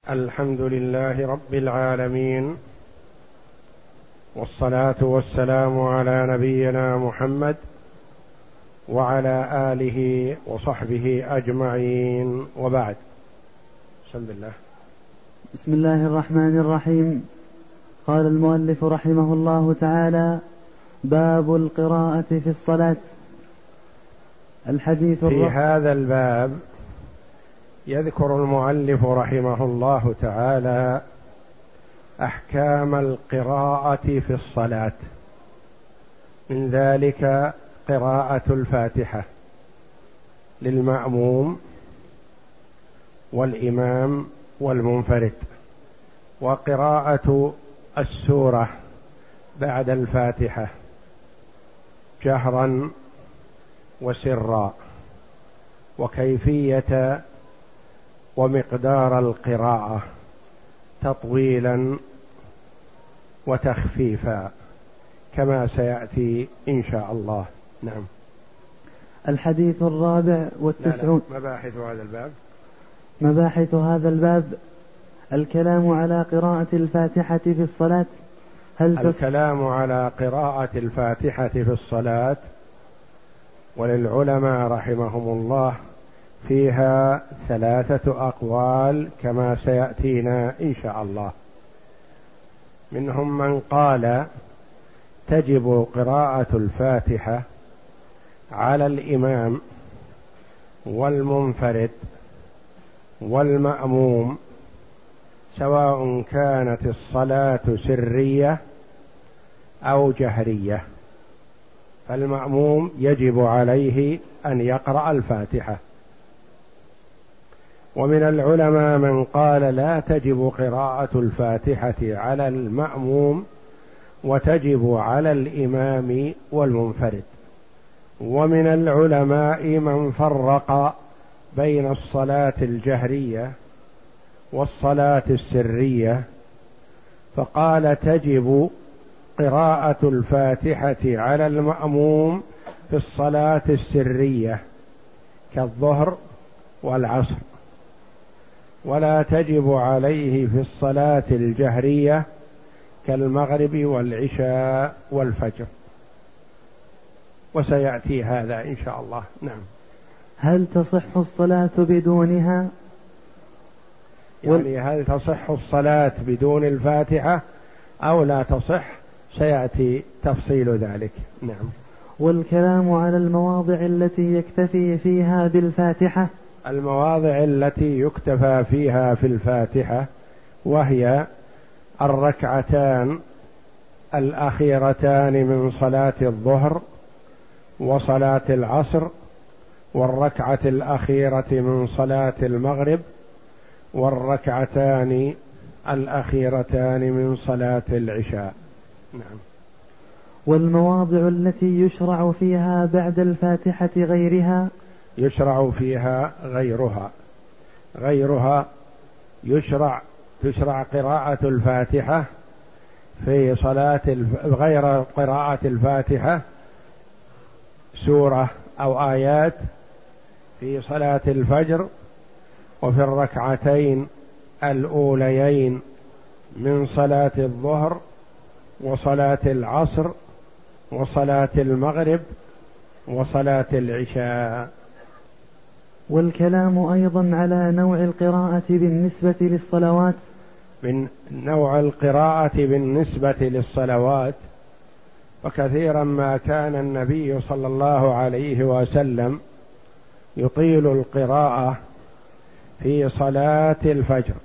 الحمد لله رب العالمين، والصلاة والسلام على نبينا محمد وعلى آله وصحبه أجمعين، وبعد. بسم الله الرحمن الرحيم. قال المؤلف رحمه الله تعالى: باب القراءة في الصلاة. الحديث في هذا الباب يذكر المؤلف رحمه الله تعالى أحكام القراءة في الصلاة، من ذلك قراءة الفاتحة للمأموم والإمام والمنفرد، وقراءة السورة بعد الفاتحة جهرا وسرا، وكيفية ومقدار القراءة تطويلا وتخفيفا كما سيأتي إن شاء الله. نعم. الحديث الرابع والتسعون. مباحث هذا الباب: الكلام على قراءة الفاتحة في الصلاة. الكلام على قراءة الفاتحة في الصلاة، وللعلماء رحمهم الله فيها 3 أقوال كما سيأتينا إن شاء الله. منهم من قال تجب قراءة الفاتحة على الإمام والمنفرد والمأموم، سواء كانت الصلاة سرية أو جهرية، فالمأموم يجب عليه أن يقرأ الفاتحة. ومن العلماء من قال لا تجب قراءة الفاتحة على المأموم وتجب على الإمام والمنفرد. ومن العلماء من فرق بين الصلاة الجهرية والصلاة السرية، فقال تجب قراءة الفاتحة على المأموم في الصلاة السرية كالظهر والعصر، ولا تجب عليه في الصلاة الجهرية كالمغرب والعشاء والفجر، وسيأتي هذا إن شاء الله. نعم. هل تصح الصلاة بدونها؟ يعني هل تصح الصلاة بدون الفاتحة أو لا تصح؟ سيأتي تفصيل ذلك. نعم. والكلام على المواضع التي يكتفي فيها بالفاتحة. المواضع التي يكتفى فيها في الفاتحة وهي الركعتان الأخيرتان من صلاة الظهر وصلاة العصر، والركعة الأخيرة من صلاة المغرب، والركعتان الأخيرتان من صلاة العشاء. نعم. والمواضع التي يشرع فيها بعد الفاتحة غيرها. يشرع فيها غيرها تشرع قراءة الفاتحة في صلاة غير قراءة الفاتحة سورة أو آيات في صلاة الفجر، وفي الركعتين الأوليين من صلاة الظهر وصلاة العصر وصلاة المغرب وصلاة العشاء. والكلام أيضا على نوع القراءة بالنسبة للصلوات. من نوع القراءة بالنسبة للصلوات، وكثيرا ما كان النبي صلى الله عليه وسلم يطيل القراءة في صلاة الفجر،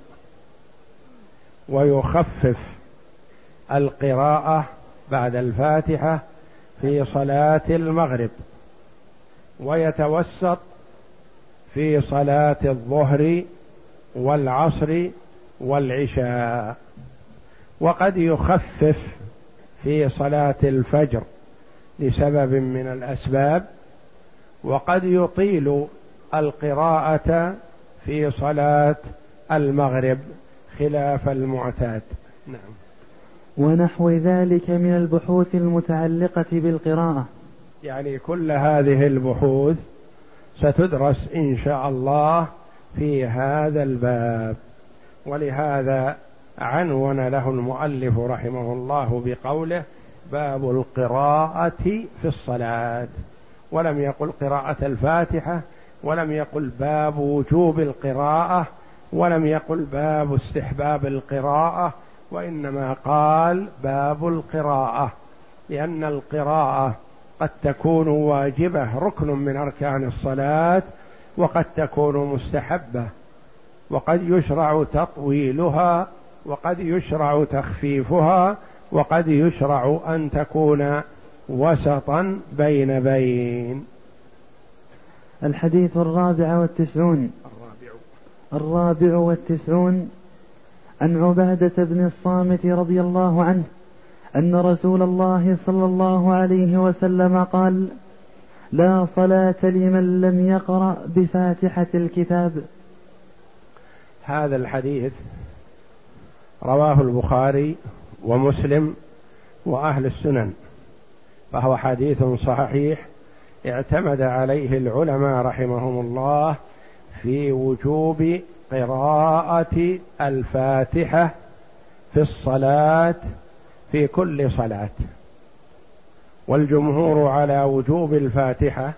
ويخفف القراءة بعد الفاتحة في صلاة المغرب، ويتوسط في صلاة الظهر والعصر والعشاء، وقد يخفف في صلاة الفجر لسبب من الأسباب، وقد يطيل القراءة في صلاة المغرب خلاف المعتاد. نعم. ونحو ذلك من البحوث المتعلقة بالقراءة. يعني كل هذه البحوث ستدرس إن شاء الله في هذا الباب، ولهذا عنون له المؤلف رحمه الله بقوله باب القراءة في الصلاة، ولم يقل قراءة الفاتحة، ولم يقل باب وجوب القراءة، ولم يقل باب استحباب القراءة، وإنما قال باب القراءة، لأن القراءة قد تكون واجبة ركن من أركان الصلاة، وقد تكون مستحبة، وقد يشرع تطويلها، وقد يشرع تخفيفها، وقد يشرع أن تكون وسطا بين بين. الحديث الرابع والتسعون عن عبادة بن الصامت رضي الله عنه أن رسول الله صلى الله عليه وسلم قال: لا صلاة لمن لم يقرأ بفاتحة الكتاب. هذا الحديث رواه البخاري ومسلم وأهل السنن، فهو حديث صحيح اعتمد عليه العلماء رحمهم الله في وجوب قراءة الفاتحة في الصلاة في كل صلاة، والجمهور على وجوب الفاتحة،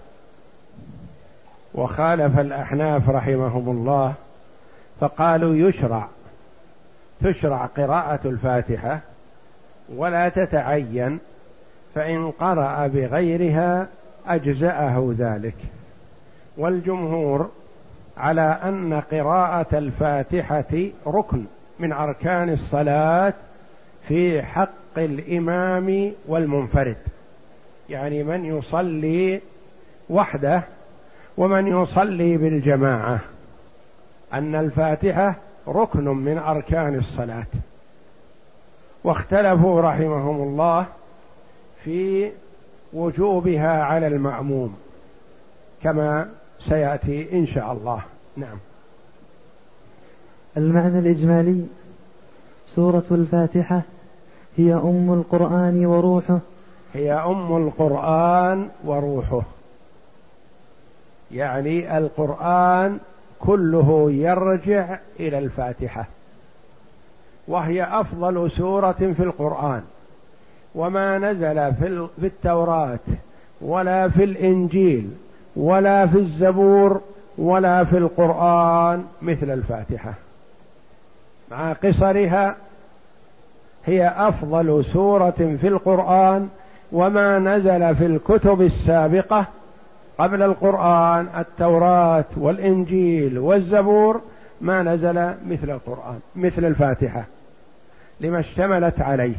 وخالف الأحناف رحمهم الله فقالوا تشرع قراءة الفاتحة ولا تتعين، فإن قرأ بغيرها أجزأه ذلك. والجمهور على أن قراءة الفاتحة ركن من أركان الصلاة في حق الإمام والمنفرد، يعني من يصلي وحده ومن يصلي بالجماعة، أن الفاتحة ركن من أركان الصلاة. واختلفوا رحمهم الله في وجوبها على المأموم كما سيأتي إن شاء الله. نعم. المعنى الإجمالي: سورة الفاتحة هي أم القرآن وروحه. هي أم القرآن وروحه، يعني القرآن كله يرجع إلى الفاتحة، وهي أفضل سورة في القرآن، وما نزل في التوراة ولا في الإنجيل ولا في الزبور ولا في القرآن مثل الفاتحة، مع قصرها هي أفضل سورة في القرآن، وما نزل في الكتب السابقة قبل القرآن، التوراة والإنجيل والزبور، ما نزل مثل القرآن مثل الفاتحة لما اشتملت عليه،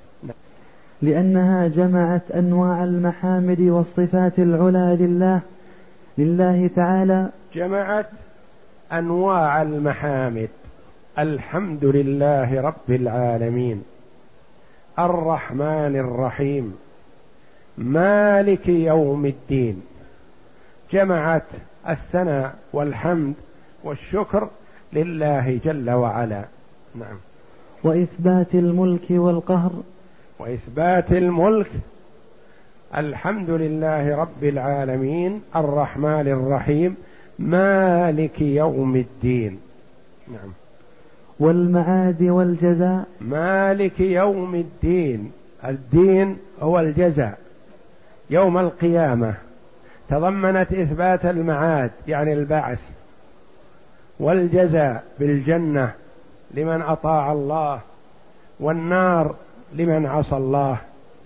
لأنها جمعت أنواع المحامد والصفات العلى لله تعالى. جمعت أنواع المحامد: الحمد لله رب العالمين، الرحمن الرحيم، مالك يوم الدين. جمعت الثناء والحمد والشكر لله جل وعلا. نعم. وإثبات الملك والقهر. وإثبات الملك: الحمد لله رب العالمين، الرحمن الرحيم، مالك يوم الدين. نعم. والمعاد والجزاء. مالك يوم الدين، الدين هو الجزاء يوم القيامة، تضمنت إثبات المعاد يعني البعث، والجزاء بالجنة لمن أطاع الله، والنار لمن عصى الله.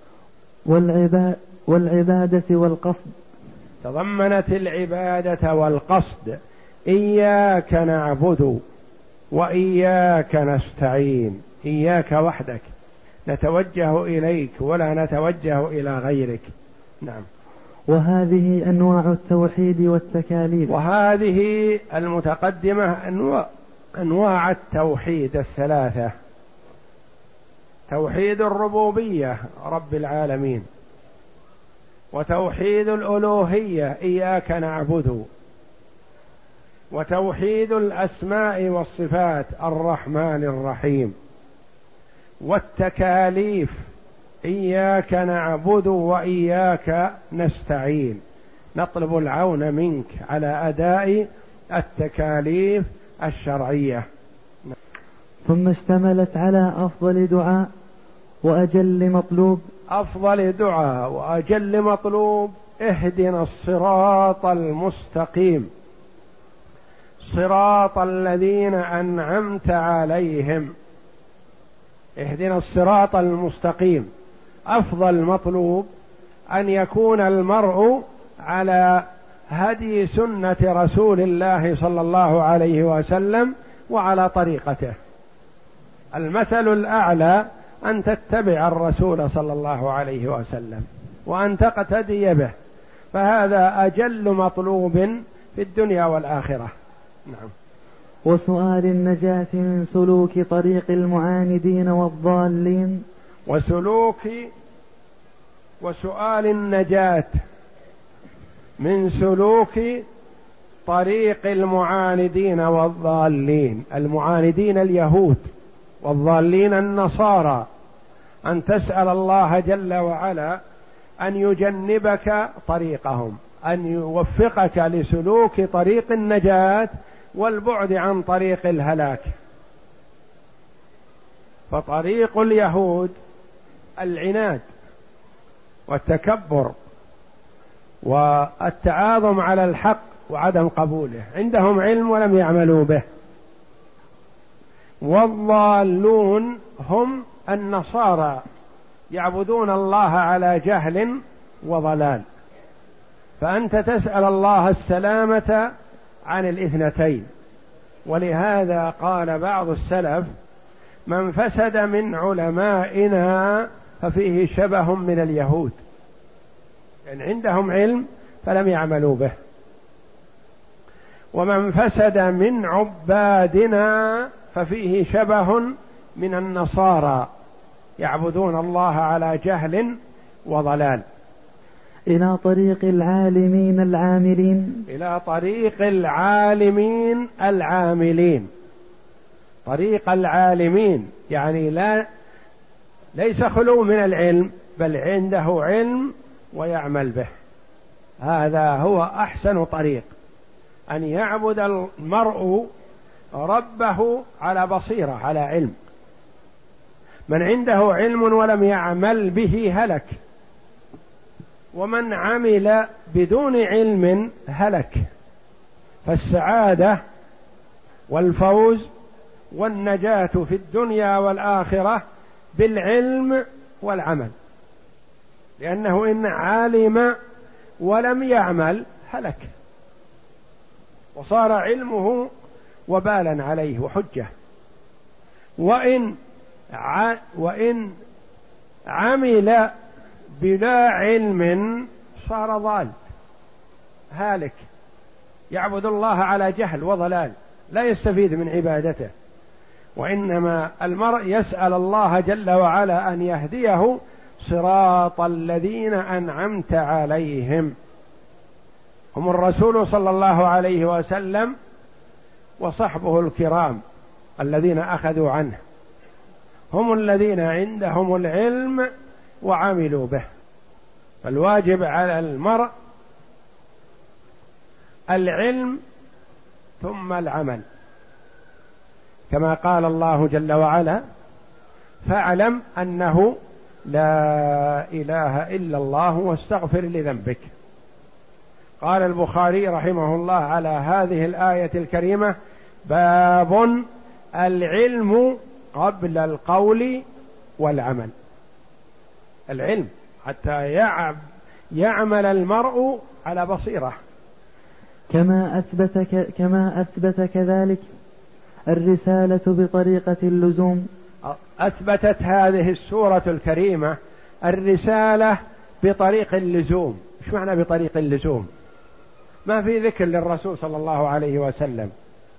والعبادة والقصد. تضمنت العبادة والقصد: إياك نعبد وإياك نستعين، إياك وحدك نتوجه إليك ولا نتوجه إلى غيرك. نعم. وهذه أنواع التوحيد والتكاليف. وهذه المتقدمة أنواع التوحيد الثلاثة: توحيد الربوبية رب العالمين، وتوحيد الألوهية إياك نعبد، وتوحيد الأسماء والصفات الرحمن الرحيم، والتكاليف إياك نعبد وإياك نستعين، نطلب العون منك على أداء التكاليف الشرعية. ثم اشتملت على أفضل دعاء وأجل مطلوب. أفضل دعاء وأجل مطلوب: اهدنا الصراط المستقيم صراط الذين أنعمت عليهم. اهدنا الصراط المستقيم. أفضل مطلوب أن يكون المرء على هدي سنة رسول الله صلى الله عليه وسلم وعلى طريقته. المثل الأعلى أن تتبع الرسول صلى الله عليه وسلم وأن تقتدي به، فهذا أجل مطلوب في الدنيا والآخرة. نعم. وسؤال النجاة من سلوك طريق المعاندين والضالين. وسؤال النجاة من سلوك طريق المعاندين والضالين. المعاندين اليهود والضالين النصارى، أن تسأل الله جل وعلا أن يجنبك طريقهم، أن يوفقك لسلوك طريق النجاة والبعد عن طريق الهلاك. فطريق اليهود العناد والتكبر والتعاظم على الحق وعدم قبوله، عندهم علم ولم يعملوا به. والضالون هم النصارى، يعبدون الله على جهل وضلال. فأنت تسأل الله السلامة عن الاثنتين. ولهذا قال بعض السلف: من فسد من علمائنا ففيه شبه من اليهود، يعني عندهم علم فلم يعملوا به. ومن فسد من عبادنا ففيه شبه من النصارى، يعبدون الله على جهل وضلال. إلى طريق العالمين العاملين. إلى طريق العالمين العاملين. طريق العالمين يعني ليس خلو من العلم، بل عنده علم ويعمل به. هذا هو أحسن طريق، أن يعبد المرء ربه على بصيرة، على علم. من عنده علم ولم يعمل به هلك، ومن عمل بدون علم هلك. فالسعادة والفوز والنجاة في الدنيا والآخرة بالعلم والعمل، لأنه إن علم ولم يعمل هلك، وصار علمه وبالا عليه وحجة. وإن عمل بلا علم صار ضال هالك، يعبد الله على جهل وضلال، لا يستفيد من عبادته. وإنما المرء يسأل الله جل وعلا أن يهديه صراط الذين أنعمت عليهم، هم الرسول صلى الله عليه وسلم وصحبه الكرام الذين أخذوا عنه، هم الذين عندهم العلم وعملوا به. فالواجب على المرء العلم ثم العمل، كما قال الله جل وعلا: فاعلم أنه لا إله إلا الله واستغفر لذنبك. قال البخاري رحمه الله على هذه الآية الكريمة: باب العلم قبل القول والعمل. العلم حتى يعمل المرء على بصيرة. كما أثبت كذلك الرسالة بطريقة اللزوم. أثبتت هذه السورة الكريمة الرسالة بطريق اللزوم. إيش معنى بطريق اللزوم؟ ما في ذكر للرسول صلى الله عليه وسلم.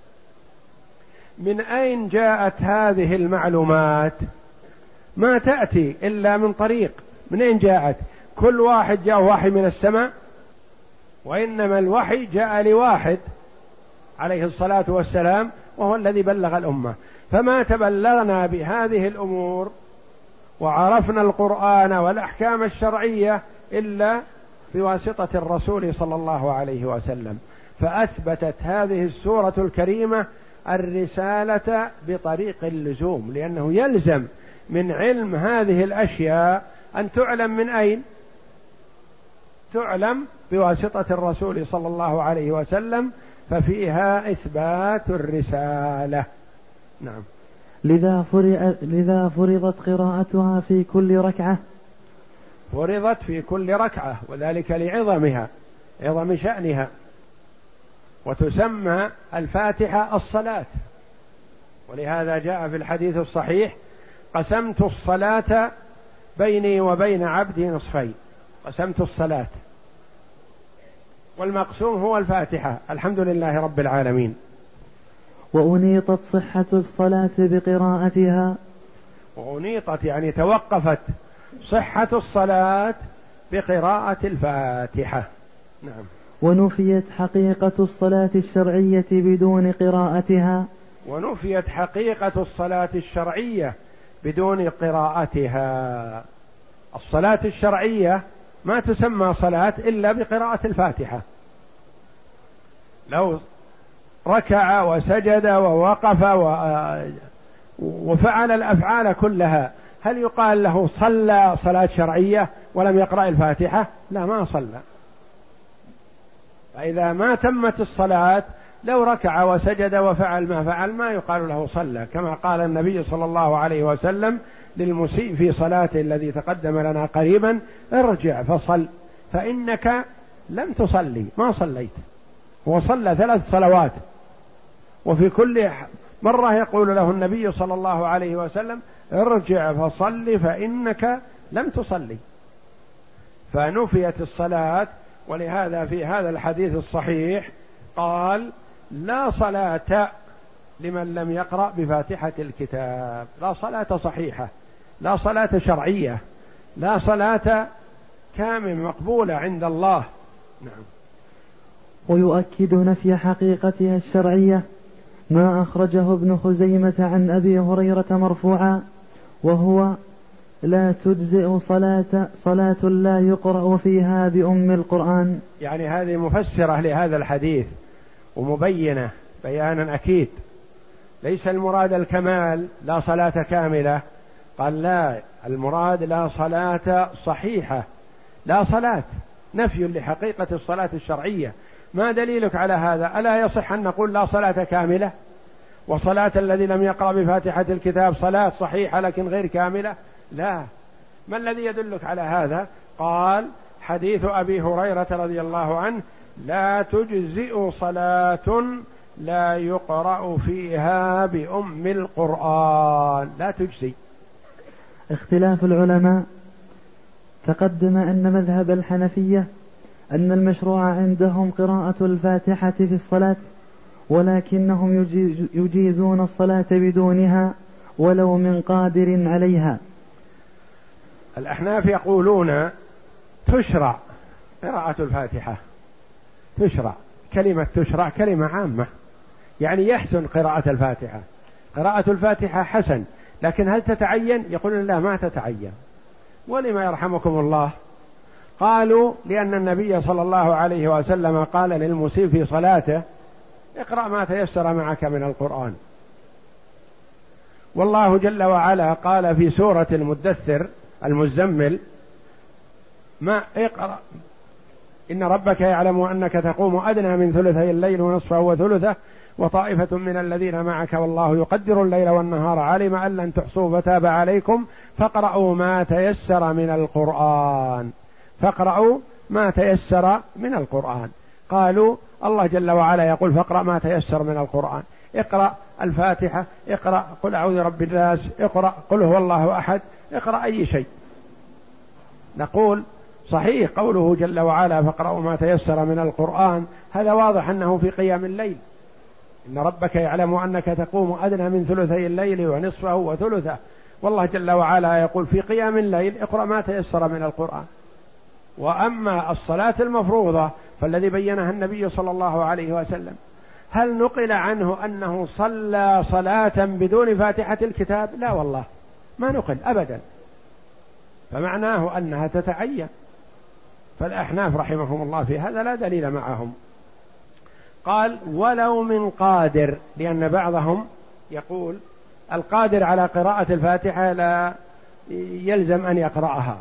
من أين جاءت هذه المعلومات؟ ما تأتي إلا من طريق. من أين جاءت؟ كل واحد جاء وحي من السماء، وإنما الوحي جاء لواحد عليه الصلاة والسلام، وهو الذي بلغ الأمة. فما تبلغنا بهذه الأمور وعرفنا القرآن والأحكام الشرعية إلا بواسطة الرسول صلى الله عليه وسلم. فأثبتت هذه السورة الكريمة الرسالة بطريق اللزوم، لأنه يلزم من علم هذه الأشياء أن تعلم من أين؟ تعلم بواسطة الرسول صلى الله عليه وسلم، ففيها إثبات الرسالة. نعم. لذا فرضت قراءتها في كل ركعة. فرضت في كل ركعة، وذلك لعظمها، عظم شأنها. وتسمى الفاتحة الصلاة، ولهذا جاء في الحديث الصحيح: قسمت الصلاة بيني وبين عبدي نصفين. قسمت الصلاة، والمقسوم هو الفاتحة، الحمد لله رب العالمين. وأنيطت صحة الصلاة بقراءتها. وأنيطت يعني توقفت صحة الصلاة بقراءة الفاتحة. نعم. ونفيت حقيقة الصلاة الشرعية بدون قراءتها. ونفيت حقيقة الصلاة الشرعية بدون قراءتها. الصلاة الشرعية ما تسمى صلاة إلا بقراءة الفاتحة. لو ركع وسجد ووقف وفعل الأفعال كلها، هل يقال له صلى صلاة شرعية ولم يقرأ الفاتحة؟ لا، ما صلى. فإذا ما تمت الصلاة، لو ركع وسجد وفعل ما فعل، ما يقال له صلى، كما قال النبي صلى الله عليه وسلم للمسيء في صلاته الذي تقدم لنا قريبا: ارجع فصل فإنك لم تصلي، ما صليت. هو صلى 3 صلوات، وفي كل مرة يقول له النبي صلى الله عليه وسلم: ارجع فصل فإنك لم تصلي. فنفيت الصلاة. ولهذا في هذا الحديث الصحيح قال: لا صلاة لمن لم يقرأ بفاتحة الكتاب. لا صلاة صحيحة، لا صلاة شرعية، لا صلاة كامل مقبولة عند الله. نعم. ويؤكد نفي حقيقتها الشرعية ما أخرجه ابن خزيمة عن أبي هريرة مرفوعا، وهو: لا تجزئ صلاة لا يقرأ فيها بأم القرآن. يعني هذه مفسرة لهذا الحديث ومبينة بيانا أكيد. ليس المراد الكمال، لا صلاة كاملة، قال لا، المراد لا صلاة صحيحة، لا صلاة، نفي لحقيقة الصلاة الشرعية. ما دليلك على هذا؟ ألا يصح أن نقول لا صلاة كاملة، وصلاة الذي لم يقرأ بفاتحة الكتاب صلاة صحيحة لكن غير كاملة؟ لا. ما الذي يدلك على هذا؟ قال: حديث أبي هريرة رضي الله عنه: لا تجزئ صلاة لا يقرأ فيها بأم القرآن. لا تجزي. اختلاف العلماء. تقدم أن مذهب الحنفية أن المشروع عندهم قراءة الفاتحة في الصلاة، ولكنهم يجيزون الصلاة بدونها ولو من قادر عليها. الأحناف يقولون تشرع قراءة الفاتحة، تشرع. كلمة تشرع كلمة عامة، يعني يحسن قراءة الفاتحة. قراءة الفاتحة حسن، لكن هل تتعين؟ يقولون لا، ما تتعين. ولما يرحمكم الله؟ قالوا: لأن النبي صلى الله عليه وسلم قال للمسيء في صلاته: اقرأ ما تيسر معك من القرآن. والله جل وعلا قال في سورة المدثر المزمل: ما اقرأ إن ربك يعلم أنك تقوم أدنى من ثلثي الليل ونصفه وثلثه وطائفة من الذين معك والله يقدر الليل والنهار علم أن لن تحصوا فتاب عليكم فاقرأوا ما تيسر من القرآن. فاقرأوا ما تيسر من القرآن. قالوا الله جل وعلا يقول: فاقرأ ما تيسر من القرآن. اقرأ الفاتحة، اقرأ قل أعوذ برب الناس، اقرأ قل هو الله أحد، اقرأ أي شيء. نقول: صحيح قوله جل وعلا فاقرأوا ما تيسر من القرآن، هذا واضح أنه في قيام الليل. إن ربك يعلم أنك تقوم أدنى من ثلثي الليل ونصفه وثلثه، والله جل وعلا يقول في قيام الليل اقرأ ما تيسر من القرآن. وأما الصلاة المفروضة فالذي بينها النبي صلى الله عليه وسلم، هل نقل عنه أنه صلى صلاة بدون فاتحة الكتاب؟ لا والله، ما نقل أبدا. فمعناه أنها تتعين. فالأحناف رحمهم الله في هذا لا دليل معهم. قال ولو من قادر، لأن بعضهم يقول القادر على قراءة الفاتحة لا يلزم أن يقرأها،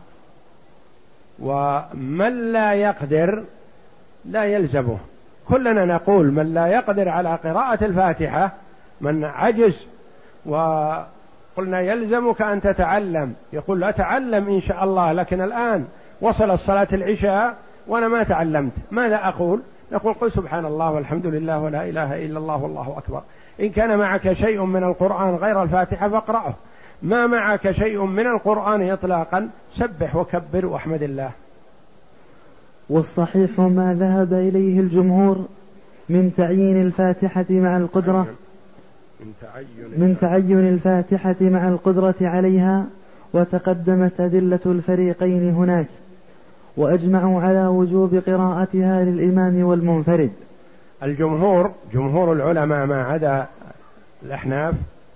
ومن لا يقدر لا يلزمه. كلنا نقول من لا يقدر على قراءة الفاتحة، من عجز وقلنا يلزمك أن تتعلم، يقول لا أتعلم إن شاء الله، لكن الآن وصلت صلاة العشاء وأنا ما تعلمت، ماذا أقول؟ نقول قل سبحان الله والحمد لله ولا إله إلا الله والله أكبر. إن كان معك شيء من القرآن غير الفاتحة فاقرأه، ما معك شيء من القرآن إطلاقا سبح وكبر واحمد الله. والصحيح ما ذهب إليه الجمهور من تعيين الفاتحة مع القدرة من تعين الفاتحة مع القدرة عليها، وتقدمت أدلة الفريقين هناك، وأجمعوا على وجوب قراءتها للإمام والمنفرد. الجمهور، جمهور العلماء ما عدا الأحناف،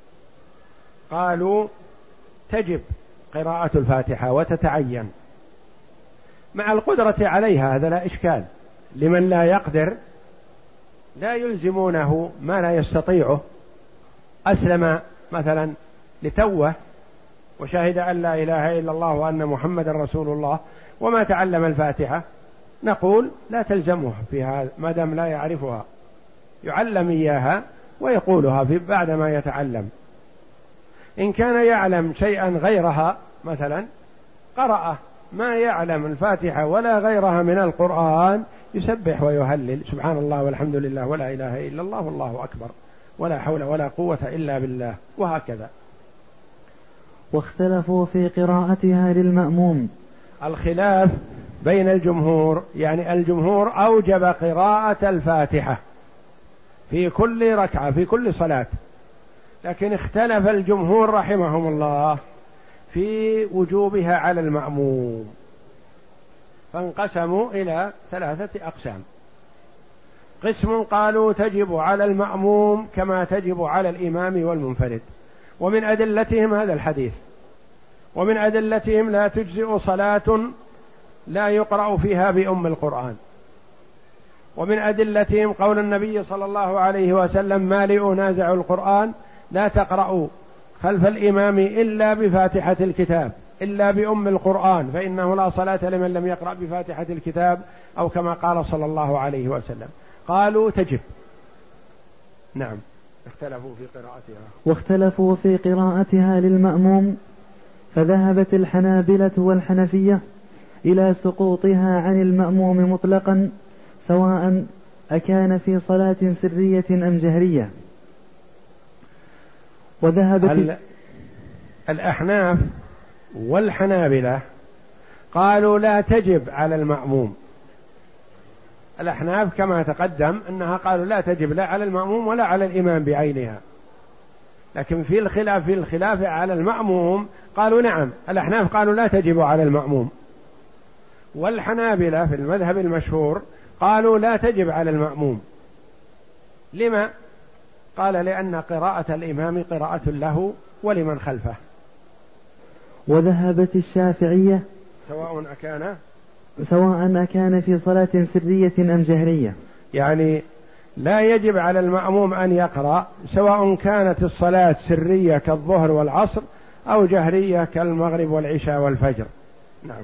قالوا تجب قراءة الفاتحة وتتعين مع القدرة عليها، هذا لا إشكال. لمن لا يقدر لا يلزمونه ما لا يستطيعه، أسلم مثلا لتوه وشهد أن لا إله إلا الله وأن محمد رسول الله وما تعلم الفاتحة، نقول لا تلزمه في هذا ما دام لا يعرفها، يعلم إياها ويقولها بعد ما يتعلم. إن كان يعلم شيئا غيرها مثلا قرأه، ما يعلم الفاتحة ولا غيرها من القرآن يسبح ويهلل سبحان الله والحمد لله ولا إله إلا الله والله أكبر ولا حول ولا قوة إلا بالله، وهكذا. واختلفوا في قراءتها للمأموم. الخلاف بين الجمهور، يعني الجمهور أوجب قراءة الفاتحة في كل ركعة في كل صلاة، لكن اختلف الجمهور رحمهم الله في وجوبها على المأموم، فانقسموا إلى 3 أقسام. قسم قالوا تجب على المأموم كما تجب على الإمام والمنفرد، ومن أدلتهم هذا الحديث، ومن أدلتهم لا تجزئ صلاة لا يقرأ فيها بأم القرآن، ومن أدلتهم قول النبي صلى الله عليه وسلم ما لي أنازع القرآن لا تقرأوا خلف الإمام إلا بفاتحة الكتاب إلا بأم القرآن فإنه لا صلاة لمن لم يقرأ بفاتحة الكتاب، أو كما قال صلى الله عليه وسلم. قالوا تجب. نعم، واختلفوا في قراءتها للمأموم، فذهبت الحنابلة والحنفية إلى سقوطها عن المأموم مطلقا، سواء أكان في صلاة سرية أم جهرية. وذهبت الأحناف والحنابلة قالوا لا تجب على المأموم. الأحناف كما تقدم أنها قالوا لا تجب لا على المأموم ولا على الإمام بعينها، لكن في الخلاف على المأموم قالوا نعم، الأحناف قالوا لا تجب على المأموم، والحنابلة في المذهب المشهور قالوا لا تجب على المأموم. لما؟ قال لأن قراءة الإمام قراءة له ولمن خلفه. وذهبت الشافعية سواء أكان في صلاة سرية أم جهرية، يعني لا يجب على المأموم أن يقرأ سواء كانت الصلاة سرية كالظهر والعصر أو جهرية كالمغرب والعشاء والفجر. نعم.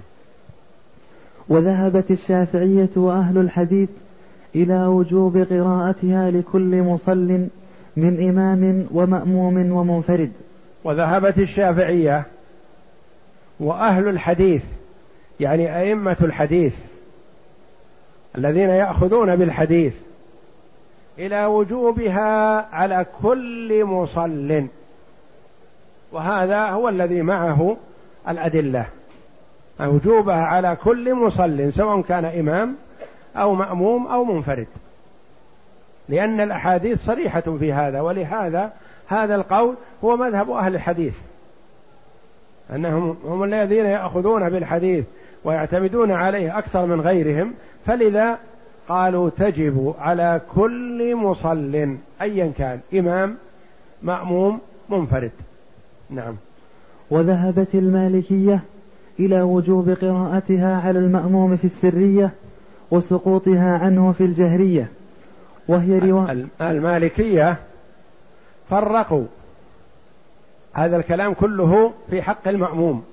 وذهبت الشافعية وأهل الحديث إلى وجوب قراءتها لكل مصل من إمام ومأموم ومنفرد. وذهبت الشافعية وأهل الحديث، يعني أئمة الحديث الذين يأخذون بالحديث، إلى وجوبها على كل مصل، وهذا هو الذي معه الأدلة، وجوبها على كل مصل سواء كان إمام أو مأموم أو منفرد، لأن الأحاديث صريحة في هذا. ولهذا هذا القول هو مذهب أهل الحديث، أنهم هم الذين يأخذون بالحديث ويعتمدون عليه أكثر من غيرهم، فلذا قالوا تجب على كل مصل أيا كان إمام مأموم منفرد. نعم. وذهبت المالكية إلى وجوب قراءتها على المأموم في السرية وسقوطها عنه في الجهرية، وهي المالكية فرقوا، هذا الكلام كله في حق المأموم.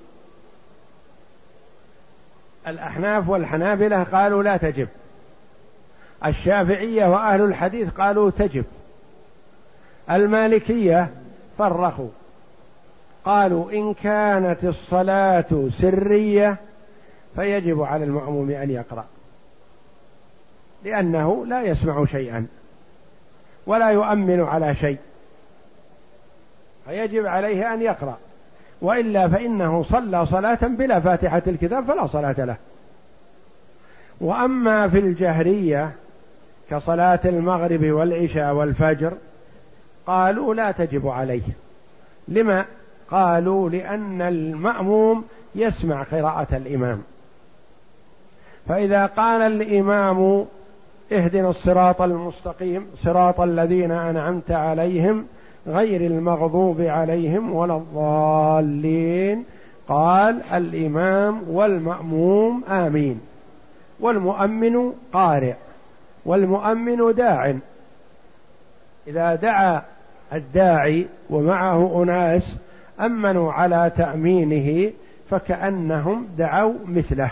الأحناف والحنابلة قالوا لا تجب، الشافعية وأهل الحديث قالوا تجب، المالكية فرقوا، قالوا إن كانت الصلاة سرية فيجب على المأموم أن يقرأ، لأنه لا يسمع شيئا ولا يؤمن على شيء، فيجب عليه أن يقرأ، وإلا فإنه صلى صلاة بلا فاتحة الكتاب فلا صلاة له. وأما في الجهرية كصلاة المغرب والعشاء والفجر قالوا لا تجب عليه. لما؟ قالوا لأن المأموم يسمع قراءة الإمام، فإذا قال الإمام اهدنا الصراط المستقيم صراط الذين أنعمت عليهم غير المغضوب عليهم ولا الضالين، قال الإمام والمأموم آمين، والمؤمن قارئ، والمؤمن داع. إذا دعا الداعي ومعه أناس أمنوا على تأمينه فكأنهم دعوا مثله.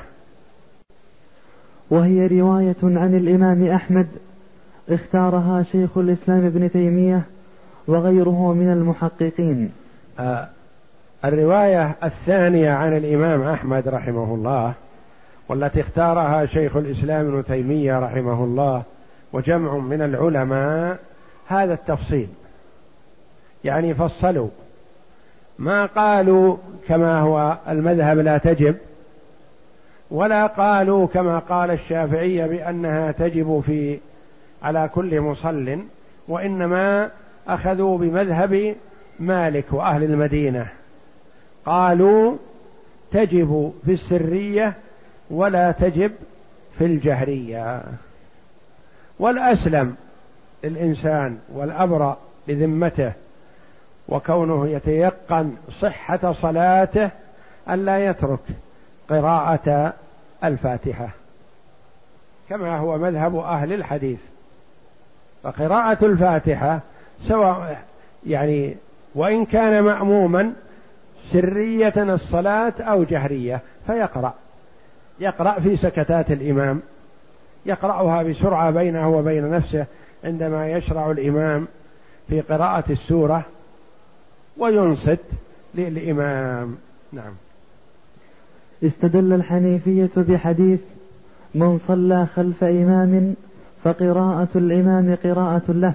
وهي رواية عن الإمام أحمد اختارها شيخ الإسلام ابن تيمية وغيره من المحققين. الرواية الثانية عن الإمام أحمد رحمه الله والتي اختارها شيخ الإسلام ابن تيمية رحمه الله وجمع من العلماء هذا التفصيل، يعني فصلوا، ما قالوا كما هو المذهب لا تجب، ولا قالوا كما قال الشافعية بأنها تجب على كل مصل، وإنما أخذوا بمذهب مالك وأهل المدينة، قالوا تجب في السرية ولا تجب في الجهرية. والأسلم الإنسان والأبرأ لذمته وكونه يتيقن صحة صلاته ألا يترك قراءة الفاتحة كما هو مذهب أهل الحديث. فقراءة الفاتحة سواء يعني وإن كان مأموما سرية الصلاة أو جهرية يقرأ في سكتات الإمام، يقرأها بسرعة بينه وبين نفسه عندما يشرع الإمام في قراءة السورة وينصت للإمام. نعم. استدل الحنيفية بحديث من صلى خلف إمام فقراءة الإمام قراءة له،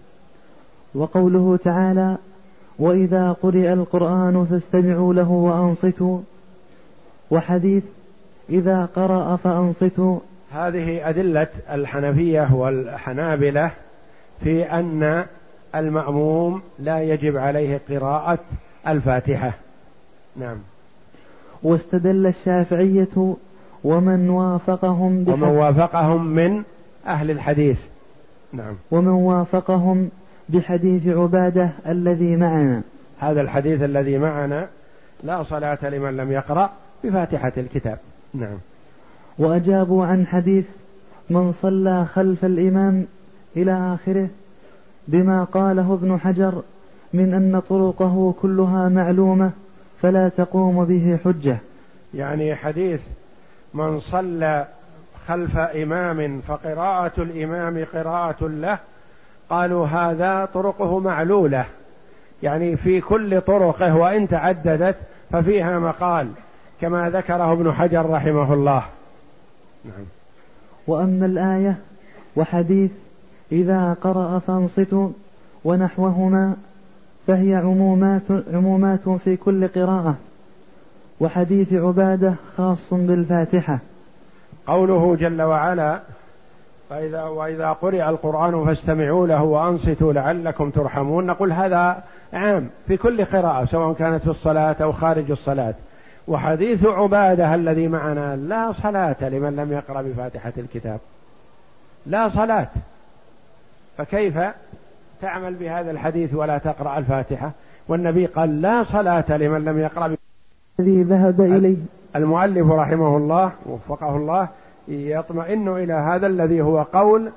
وقوله تعالى وإذا قرئ القرآن فاستمعوا له وأنصتوا، وحديث إذا قرأ فأنصتوا. هذه أدلة الحنفية والحنابلة في أن المأموم لا يجب عليه قراءة الفاتحة. نعم. واستدل الشافعية ومن وافقهم من أهل الحديث. نعم. ومن وافقهم بحديث عبادة الذي معنا، هذا الحديث الذي معنا لا صلاة لمن لم يقرأ بفاتحة الكتاب. نعم. وأجابوا عن حديث من صلى خلف الإمام إلى آخره بما قاله ابن حجر من أن طرقه كلها معلومة فلا تقوم به حجة. يعني حديث من صلى خلف إمام فقراءة الإمام قراءة له، قالوا هذا طرقه معلولة، يعني في كل طرقه وإن تعددت ففيها مقال كما ذكره ابن حجر رحمه الله. نعم. وأما الآية وحديث إذا قرأ فانصتوا ونحوهما فهي عمومات في كل قراءة، وحديث عبادة خاص بالفاتحة. قوله جل وعلا وإذا قرئ القرآن فاستمعوا له وأنصتوا لعلكم ترحمون، نقول هذا عام في كل قراءة سواء كانت في الصلاة أو خارج الصلاة. وحديث عبادة الذي معنا لا صلاة لمن لم يقرأ بفاتحة الكتاب، لا صلاة، فكيف تعمل بهذا الحديث ولا تقرأ الفاتحة؟ والنبي قال لا صلاة لمن لم يقرأ. الذي ذهب إليه المؤلف رحمه الله وفقه الله يطمئن إلى هذا الذي هو قول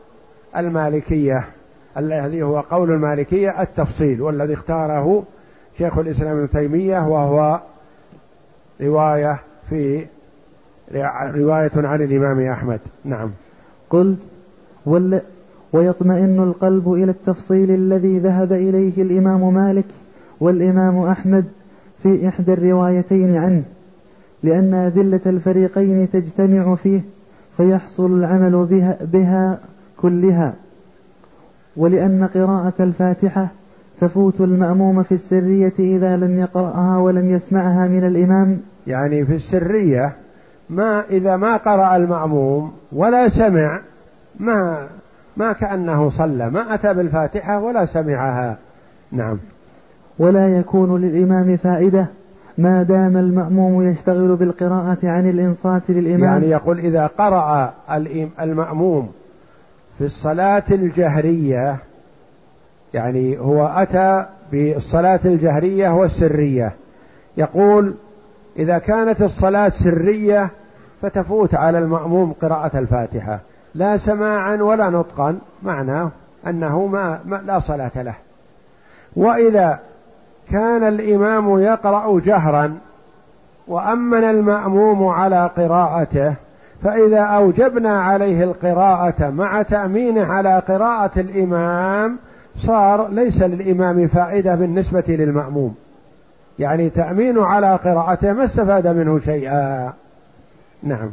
المالكية الذي هو قول المالكية التفصيل، والذي اختاره شيخ الإسلام ابن تيمية، وهو رواية عن الإمام أحمد. نعم. قلت ويطمئن القلب إلى التفصيل الذي ذهب إليه الإمام مالك والإمام أحمد في إحدى الروايتين عنه، لأن أدلة الفريقين تجتمع فيه فيحصل العمل بها كلها، ولأن قراءة الفاتحة تفوت المأموم في السرية إذا لم يقرأها ولم يسمعها من الإمام. يعني في السرية إذا ما قرأ المأموم ولا سمع ما كأنه صلى، ما أتى بالفاتحة ولا سمعها. نعم. ولا يكون للإمام فائدة ما دام المأموم يشتغل بالقراءة عن الإنصات للإمام. يعني يقول إذا قرأ المأموم في الصلاة الجهرية، يعني هو أتى بالصلاة الجهرية والسرية، يقول إذا كانت الصلاة سرية فتفوت على المأموم قراءة الفاتحة لا سماعا ولا نطقا، معناه أنه لا صلاة له. وإذا كان الإمام يقرأ جهرا وأمن المأموم على قراءته، فإذا أوجبنا عليه القراءة مع تأمينه على قراءة الإمام صار ليس للإمام فائدة بالنسبة للمأموم، يعني تأمينه على قراءته ما استفاد منه شيئا. نعم.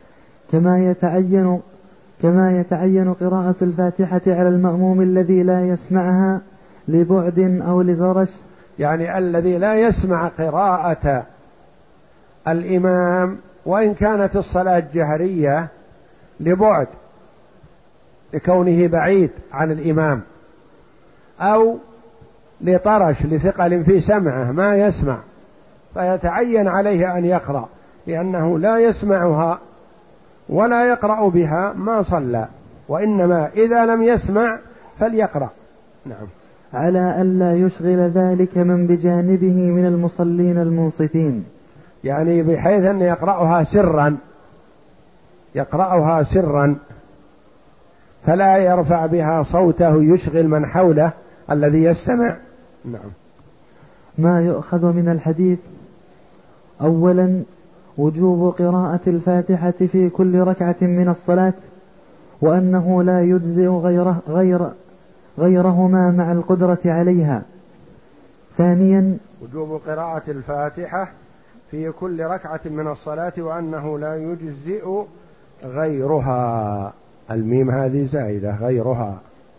كما يتعين قراءة الفاتحة على المأموم الذي لا يسمعها لبعد أو لغرش، يعني الذي لا يسمع قراءة الإمام وإن كانت الصلاة جهرية لبعد لكونه بعيد عن الإمام، أو لطرش لثقل في سمعه ما يسمع، فيتعين عليه أن يقرأ، لأنه لا يسمعها ولا يقرأ بها ما صلى، وإنما إذا لم يسمع فليقرأ. نعم. على ألا يشغل ذلك من بجانبه من المصلين المنصتين، يعني بحيث أن يقرأها سرا فلا يرفع بها صوته يشغل من حوله الذي يستمع. نعم. ما يؤخذ من الحديث: أولا وجوب قراءة الفاتحة في كل ركعة من الصلاة، وأنه لا يجزئ غيرهما مع القدرة عليها. ثانيا وجوب قراءة الفاتحة في كل ركعة من الصلاة، وأنه لا يجزئ غيرها، الميم هذه زائدة، غيرها.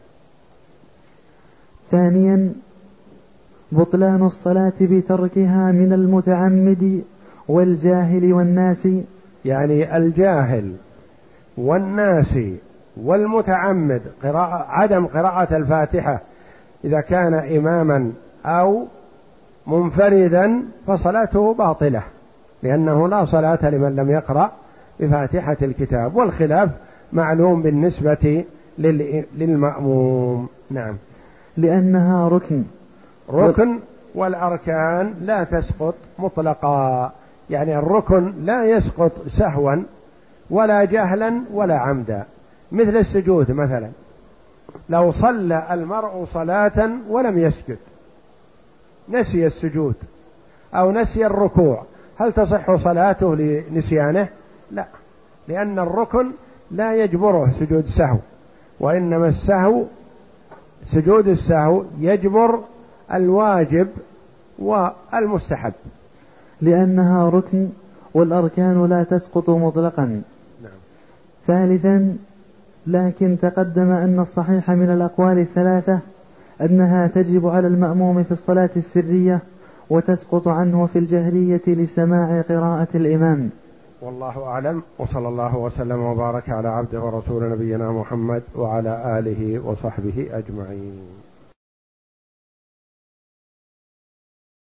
ثانيا بطلان الصلاة بتركها من المتعمد والجاهل والناس، يعني الجاهل والناس والمتعمد عدم قراءة الفاتحة إذا كان إماما أو منفردا فصلاته باطلة، لأنه لا صلاة لمن لم يقرأ بفاتحة الكتاب، والخلاف معلوم بالنسبة للمأموم. نعم. لأنها ركن والأركان لا تسقط مطلقا، يعني الركن لا يسقط سهوا ولا جهلا ولا عمدا، مثل السجود مثلا، لو صلى المرء صلاة ولم يسجد، نسي السجود أو نسي الركوع، هل تصح صلاته لنسيانه؟ لا، لأن الركن لا يجبره سجود سهو، وإنما سجود السهو يجبر الواجب والمستحب. لأنها ركن والأركان لا تسقط مطلقا. نعم. ثالثا لكن تقدم أن الصحيح من الأقوال الثلاثة أنها تجب على المأموم في الصلاة السرية وتسقط عنه في الجهرية لسماع قراءة الإمام. والله أعلم، وصلى الله وسلم وبارك على عبده ورسول نبينا محمد وعلى آله وصحبه أجمعين.